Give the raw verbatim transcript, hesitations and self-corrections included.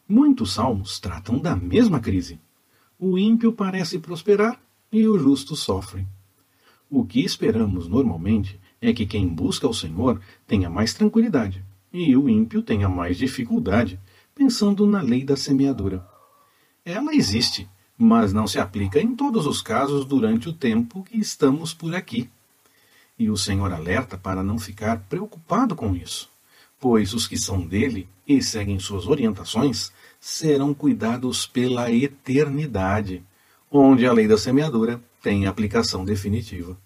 Muitos salmos tratam da mesma crise. O ímpio parece prosperar e o justo sofre. O que esperamos normalmente é que quem busca o Senhor tenha mais tranquilidade e o ímpio tenha mais dificuldade, pensando na lei da semeadura. Ela existe, mas não se aplica em todos os casos durante o tempo que estamos por aqui. E o Senhor alerta para não ficar preocupado com isso, pois os que são dele e seguem suas orientações serão cuidados pela eternidade, onde a lei da semeadura tem aplicação definitiva.